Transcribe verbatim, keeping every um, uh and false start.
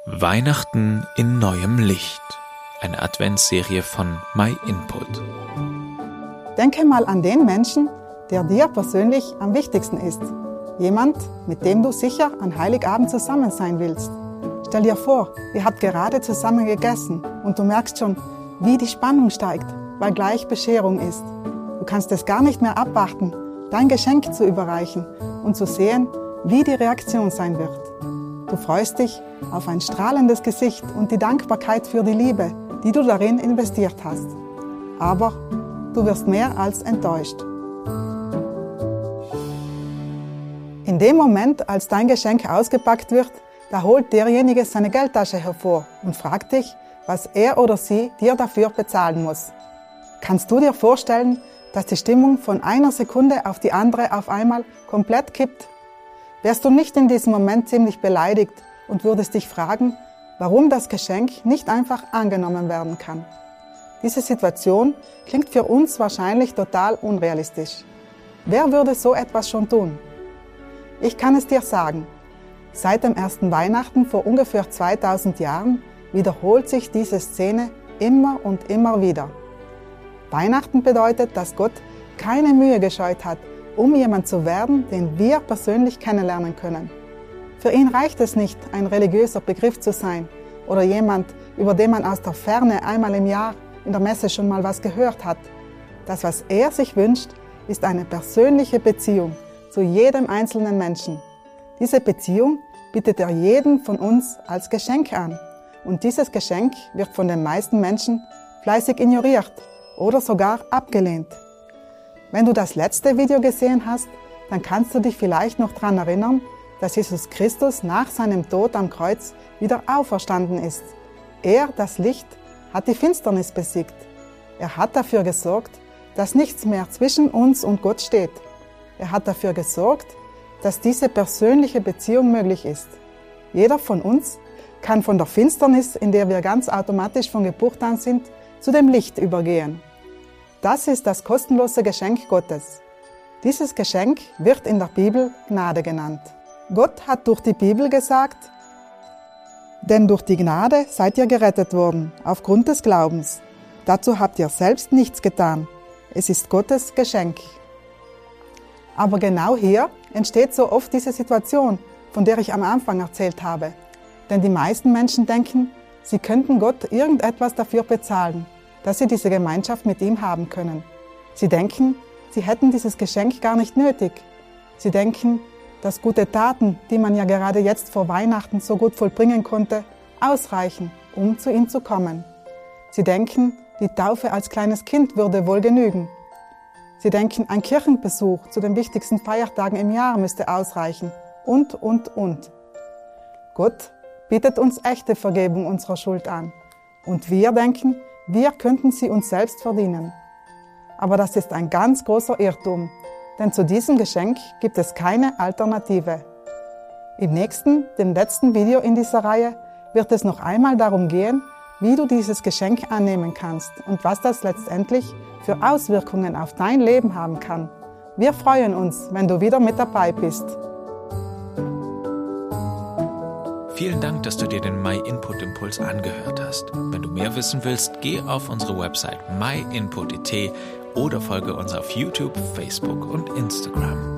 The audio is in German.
Weihnachten in neuem Licht. Eine Adventsserie von MyInput. Denke mal an den Menschen, der dir persönlich am wichtigsten ist. Jemand, mit dem du sicher an Heiligabend zusammen sein willst. Stell dir vor, ihr habt gerade zusammen gegessen und du merkst schon, wie die Spannung steigt, weil gleich Bescherung ist. Du kannst es gar nicht mehr abwarten, dein Geschenk zu überreichen und zu sehen, wie die Reaktion sein wird. Du freust dich auf ein strahlendes Gesicht und die Dankbarkeit für die Liebe, die du darin investiert hast. Aber du wirst mehr als enttäuscht. In dem Moment, als dein Geschenk ausgepackt wird, da holt derjenige seine Geldtasche hervor und fragt dich, was er oder sie dir dafür bezahlen muss. Kannst du dir vorstellen, dass die Stimmung von einer Sekunde auf die andere auf einmal komplett kippt? Wärst du nicht in diesem Moment ziemlich beleidigt und würdest dich fragen, warum das Geschenk nicht einfach angenommen werden kann? Diese Situation klingt für uns wahrscheinlich total unrealistisch. Wer würde so etwas schon tun? Ich kann es dir sagen. Seit dem ersten Weihnachten vor ungefähr zweitausend Jahren wiederholt sich diese Szene immer und immer wieder. Weihnachten bedeutet, dass Gott keine Mühe gescheut hat, um jemand zu werden, den wir persönlich kennenlernen können. Für ihn reicht es nicht, ein religiöser Begriff zu sein oder jemand, über den man aus der Ferne einmal im Jahr in der Messe schon mal was gehört hat. Das, was er sich wünscht, ist eine persönliche Beziehung zu jedem einzelnen Menschen. Diese Beziehung bietet er jedem von uns als Geschenk an. Und dieses Geschenk wird von den meisten Menschen fleißig ignoriert oder sogar abgelehnt. Wenn du das letzte Video gesehen hast, dann kannst du dich vielleicht noch daran erinnern, dass Jesus Christus nach seinem Tod am Kreuz wieder auferstanden ist. Er, das Licht, hat die Finsternis besiegt. Er hat dafür gesorgt, dass nichts mehr zwischen uns und Gott steht. Er hat dafür gesorgt, dass diese persönliche Beziehung möglich ist. Jeder von uns kann von der Finsternis, in der wir ganz automatisch von Geburt an sind, zu dem Licht übergehen. Das ist das kostenlose Geschenk Gottes. Dieses Geschenk wird in der Bibel Gnade genannt. Gott hat durch die Bibel gesagt, denn durch die Gnade seid ihr gerettet worden, aufgrund des Glaubens. Dazu habt ihr selbst nichts getan. Es ist Gottes Geschenk. Aber genau hier entsteht so oft diese Situation, von der ich am Anfang erzählt habe. Denn die meisten Menschen denken, sie könnten Gott irgendetwas dafür bezahlen, dass sie diese Gemeinschaft mit ihm haben können. Sie denken, sie hätten dieses Geschenk gar nicht nötig. Sie denken, dass gute Taten, die man ja gerade jetzt vor Weihnachten so gut vollbringen konnte, ausreichen, um zu ihm zu kommen. Sie denken, die Taufe als kleines Kind würde wohl genügen. Sie denken, ein Kirchenbesuch zu den wichtigsten Feiertagen im Jahr müsste ausreichen. Und, und, und. Gott bietet uns echte Vergebung unserer Schuld an. Und wir denken, wir könnten sie uns selbst verdienen. Aber das ist ein ganz großer Irrtum, denn zu diesem Geschenk gibt es keine Alternative. Im nächsten, dem letzten Video in dieser Reihe, wird es noch einmal darum gehen, wie du dieses Geschenk annehmen kannst und was das letztendlich für Auswirkungen auf dein Leben haben kann. Wir freuen uns, wenn du wieder mit dabei bist. Vielen Dank, dass du dir den MyInput Impuls angehört hast. Wenn du mehr wissen willst, geh auf unsere Website my input punkt it oder folge uns auf YouTube, Facebook und Instagram.